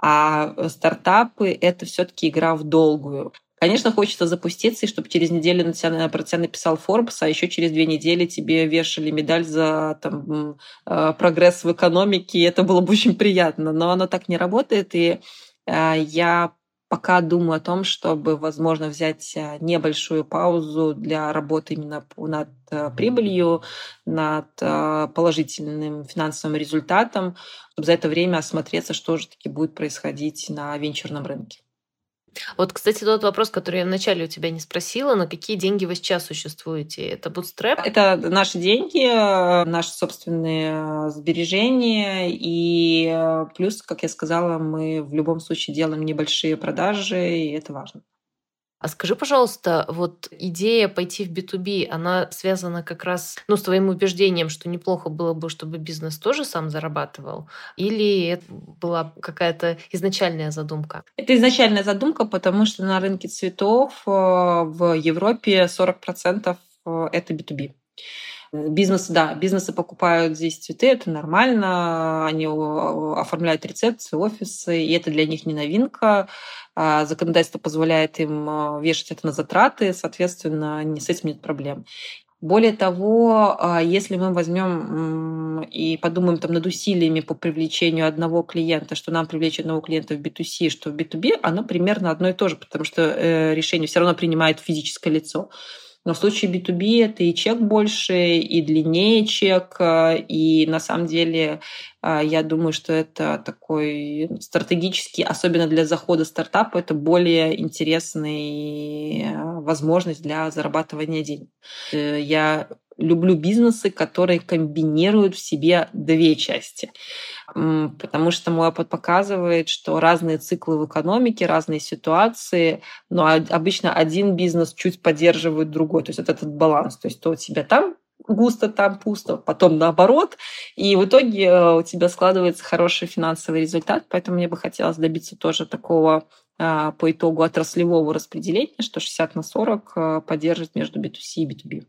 А стартапы — это все-таки игра в долгую. Конечно, хочется запуститься, и чтобы через неделю на тебя, про тебя написал Forbes, а еще через две недели тебе вешали медаль за там, прогресс в экономике, и это было бы очень приятно. Но оно так не работает, и я пока думаю о том, чтобы, возможно, взять небольшую паузу для работы именно над прибылью, над положительным финансовым результатом, чтобы за это время осмотреться, что же таки будет происходить на венчурном рынке. Вот, кстати, тот вопрос, который я вначале у тебя не спросила, на какие деньги вы сейчас существуете? Это Bootstrap? Это наши деньги, наши собственные сбережения. И плюс, как я сказала, мы в любом случае делаем небольшие продажи, и это важно. А скажи, пожалуйста, вот идея пойти в би ту би, она связана как раз ну, с твоим убеждением, что неплохо было бы, чтобы бизнес тоже сам зарабатывал? Или это была какая-то изначальная задумка? Это изначальная задумка, потому что на рынке цветов в Европе сорок процентов это би ту би. Бизнес, да, бизнесы покупают здесь цветы, это нормально, они оформляют рецепции, офисы, и это для них не новинка. Законодательство позволяет им вешать это на затраты, соответственно, с этим нет проблем. Более того, если мы возьмем и подумаем там над усилиями по привлечению одного клиента, что нам привлечь одного клиента в би ту си, что в би ту би, оно примерно одно и то же, потому что решение все равно принимает физическое лицо. Но в случае би ту би это и чек больше, и длиннее чек, и на самом деле я думаю, что это такой стратегический, особенно для захода стартапа, это более интересная возможность для зарабатывания денег. Я люблю бизнесы, которые комбинируют в себе две части. Потому что мой опыт показывает, что разные циклы в экономике, разные ситуации, но обычно один бизнес чуть поддерживает другой. То есть вот этот баланс. То есть то у тебя там густо, там пусто, потом наоборот. И в итоге у тебя складывается хороший финансовый результат. Поэтому мне бы хотелось добиться тоже такого по итогу отраслевого распределения, что шестьдесят на сорок поддерживает между би ту си и би ту би.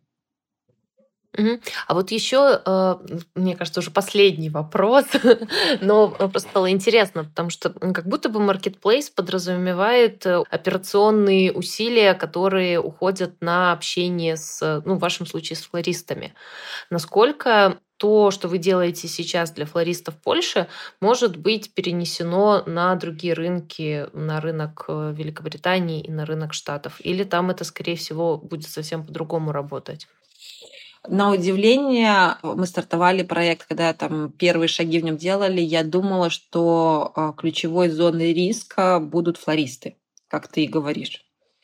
Мгм. А вот еще, э, мне кажется, уже последний вопрос, но просто стало интересно, потому что м, как будто бы маркетплейс подразумевает э, операционные усилия, которые уходят на общение с, ну, в вашем случае, с флористами. Насколько то, что вы делаете сейчас для флористов Польши, может быть перенесено на другие рынки, на рынок э, Великобритании и на рынок Штатов? Или там это, скорее всего, будет совсем по-другому работать? На удивление, мы стартовали проект, когда там первые шаги в нем делали, я думала, что а, ключевой зоной риска будут флористы, как ты и говоришь.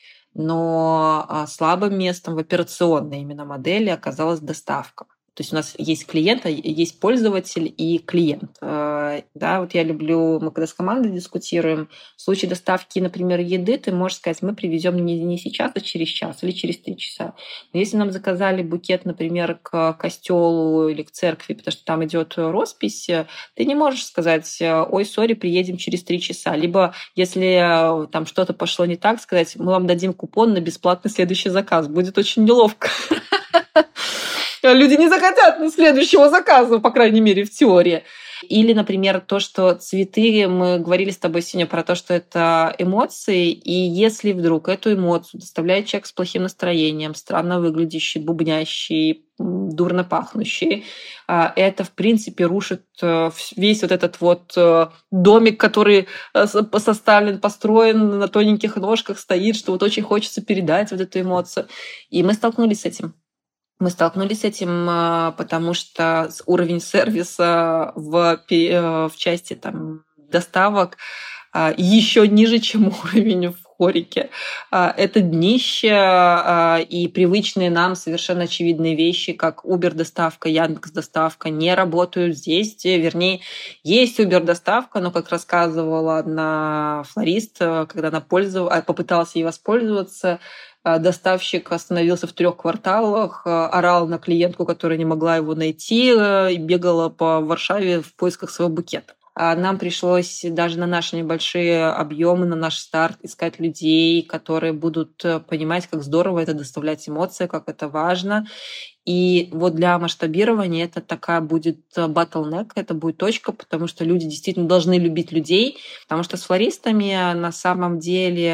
Но а, слабым местом в операционной именно модели оказалась доставка. То есть у нас есть клиент, а есть пользователь и клиент. Э, Да, вот я люблю, мы когда с командой дискутируем, в случае доставки, например, еды, ты можешь сказать, мы привезем не, не сейчас, а через час или через три часа. Но если нам заказали букет, например, к костелу или к церкви, потому что там идет роспись, э, ты не можешь сказать, э, ой, сори, приедем через три часа. Либо, если э, там что-то пошло не так, сказать, мы вам дадим купон на бесплатный следующий заказ. Будет очень неловко. Люди не захотят на следующего заказа, по крайней мере, в теории. Или, например, то, что цветы, мы говорили с тобой сегодня про то, что это эмоции, и если вдруг эту эмоцию доставляет человек с плохим настроением, странно выглядящий, бубнящий, дурно пахнущий, это, в принципе, рушит весь вот этот вот домик, который составлен, построен на тоненьких ножках, стоит, что вот очень хочется передать вот эту эмоцию. И мы столкнулись с этим. Мы столкнулись с этим, потому что уровень сервиса в, в части там, доставок еще ниже, чем уровень в хорике. Это днище, и привычные нам совершенно очевидные вещи, как Uber-доставка, Яндекс-доставка, не работают здесь. Вернее, есть Uber-доставка, но, как рассказывала одна флорист, когда она пользовалась, попыталась ей воспользоваться, доставщик остановился в трех кварталах, орал на клиентку, которая не могла его найти, и бегала по Варшаве в поисках своего букета. Нам пришлось даже на наши небольшие объемы, на наш старт искать людей, которые будут понимать, как здорово это доставлять эмоции, как это важно. И вот для масштабирования это такая будет bottleneck, это будет точка, потому что люди действительно должны любить людей, потому что с флористами на самом деле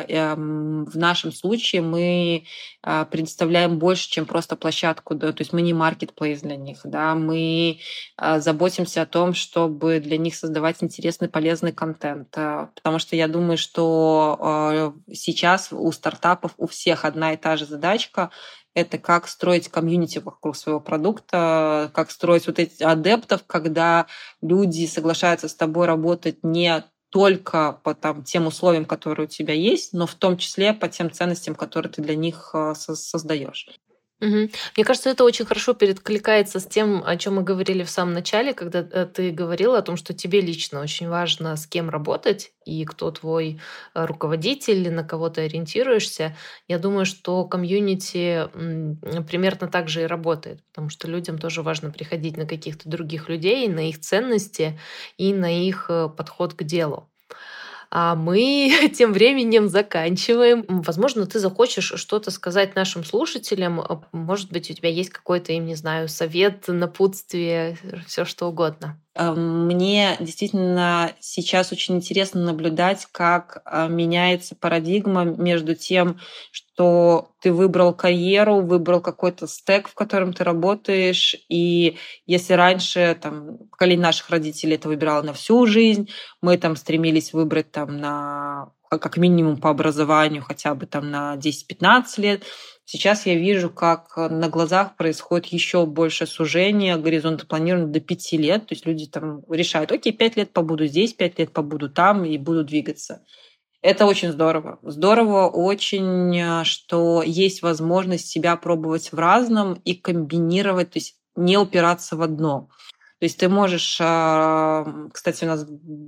в нашем случае мы предоставляем больше, чем просто площадку, да, то есть мы не маркетплейс для них, да, мы заботимся о том, чтобы для них создавать интересный, полезный контент, потому что я думаю, что сейчас у стартапов у всех одна и та же задачка — это как строить комьюнити вокруг своего продукта, как строить вот эти адептов, когда люди соглашаются с тобой работать не только по там, тем условиям, которые у тебя есть, но в том числе по тем ценностям, которые ты для них создаешь. Мгм. Мне кажется, это очень хорошо перекликается с тем, о чем мы говорили в самом начале, когда э, ты говорила о том, что тебе лично очень важно, с кем работать и кто твой э, руководитель, на кого ты ориентируешься. Я думаю, что комьюнити м, примерно так же и работает, потому что людям тоже важно приходить на каких-то других людей, на их ценности и на их э, подход к делу. А мы тем временем заканчиваем. М, Возможно, ты захочешь что-то сказать нашим слушателям. А, Может быть, у тебя есть какой-то, им, не знаю, совет, напутствие, все что угодно. Мне действительно сейчас очень интересно наблюдать, как а, меняется парадигма между тем, что ты выбрал карьеру, выбрал какой-то стек, в котором ты работаешь, и если раньше там, поколение наших родителей это выбирало на всю жизнь, мы там стремились выбрать там на как минимум по образованию хотя бы там на десять-пятнадцать лет. Сейчас я вижу, как на глазах происходит еще больше сужение горизонта планирования до пяти лет. То есть люди там решают, окей, пять лет побуду здесь, пять лет побуду там и буду двигаться. Это очень здорово. Здорово очень, что есть возможность себя пробовать в разном и комбинировать, то есть не упираться в одно. То есть ты можешь... Кстати, у нас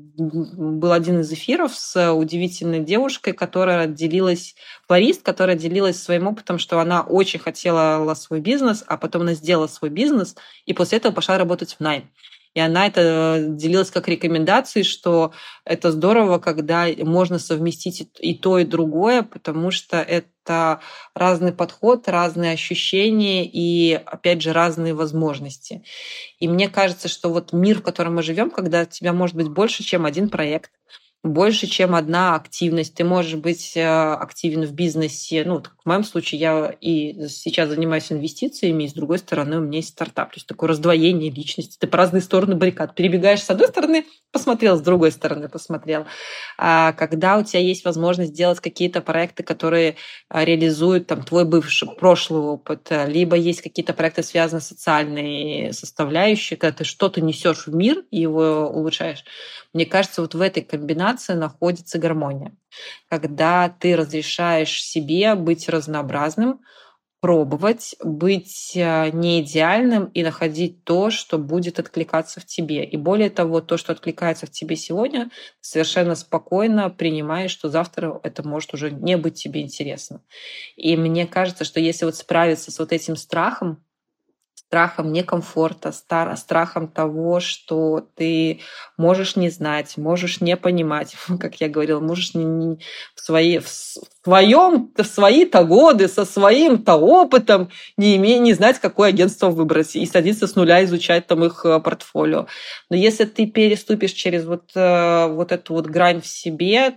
был один из эфиров с удивительной девушкой, которая делилась, флорист, которая делилась своим опытом, что она очень хотела свой бизнес, а потом она сделала свой бизнес, и после этого пошла работать в найм. И она это делилась как рекомендацией, что это здорово, когда можно совместить и то, и другое, потому что это разный подход, разные ощущения и, опять же, разные возможности. И мне кажется, что вот мир, в котором мы живем, когда у тебя может быть больше, чем один проект, больше, чем одна активность. Ты можешь быть активен в бизнесе. Ну, в моем случае я и сейчас занимаюсь инвестициями, и с другой стороны у меня есть стартап. То есть такое раздвоение личности. Ты по разные стороны баррикад. Перебегаешь с одной стороны, посмотрел, с другой стороны посмотрел. А когда у тебя есть возможность делать какие-то проекты, которые реализуют там, твой бывший, прошлый опыт, либо есть какие-то проекты, связанные с социальной составляющей, когда ты что-то несешь в мир и его улучшаешь, мне кажется, вот в этой комбинации находится гармония. Когда ты разрешаешь себе быть разнообразным, пробовать, быть не идеальным и находить то, что будет откликаться в тебе. И более того, то, что откликается в тебе сегодня, совершенно спокойно принимаешь, что завтра это может уже не быть тебе интересно. И мне кажется, что если вот справиться с вот этим страхом, страхом некомфорта, страхом того, что ты можешь не знать, можешь не понимать, как я говорила, можешь не, не, в, свои, в, своем, в свои-то годы, со своим-то опытом не, име, не знать, какое агентство выбрать, и садиться с нуля изучать там их портфолио. Но если ты переступишь через вот, вот эту вот грань в себе,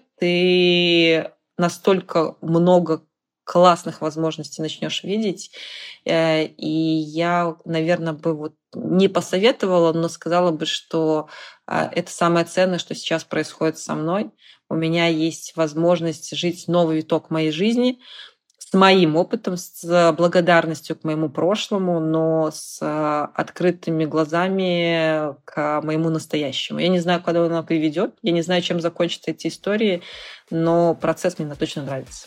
ты настолько много классных возможностей начнешь видеть. И я, наверное, бы вот не посоветовала, но сказала бы, что это самое ценное, что сейчас происходит со мной. У меня есть возможность жить новый виток моей жизни с моим опытом, с благодарностью к моему прошлому, но с открытыми глазами к моему настоящему. Я не знаю, куда она приведет, я не знаю, чем закончатся эти истории, но процесс мне точно нравится.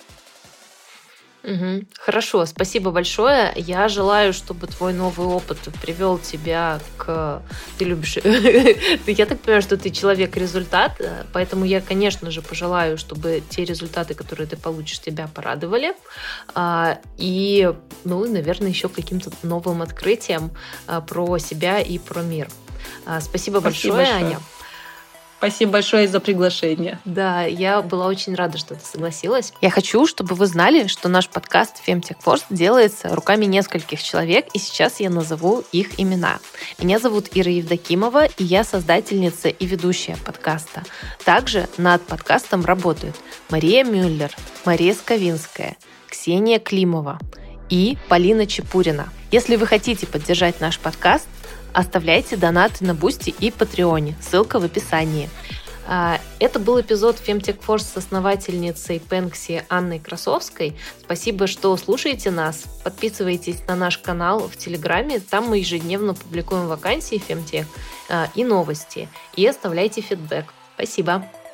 Угу. Хорошо, спасибо большое. Я желаю, чтобы твой новый опыт привел тебя к... Ты любишь... Я так понимаю, что ты человек-результат, поэтому я, конечно же, пожелаю, чтобы те результаты, которые ты получишь, тебя порадовали. И, ну, наверное, еще каким-то новым открытием про себя и про мир. Спасибо, спасибо большое, большое, Аня. Спасибо большое за приглашение. Да, я была очень рада, что ты согласилась. Я хочу, чтобы вы знали, что наш подкаст FemTechForce делается руками нескольких человек, и сейчас я назову их имена. Меня зовут Ира Евдокимова, и я создательница и ведущая подкаста. Также над подкастом работают Мария Мюллер, Мария Сковинская, Ксения Климова и Полина Чепурина. Если вы хотите поддержать наш подкаст, оставляйте донаты на Бусти и Патреоне. Ссылка в описании. Это был эпизод FemTechForce с основательницей Пенкси Анной Красовской. Спасибо, что слушаете нас. Подписывайтесь на наш канал в Телеграме. Там мы ежедневно публикуем вакансии Femtech и новости. И оставляйте фидбэк. Спасибо.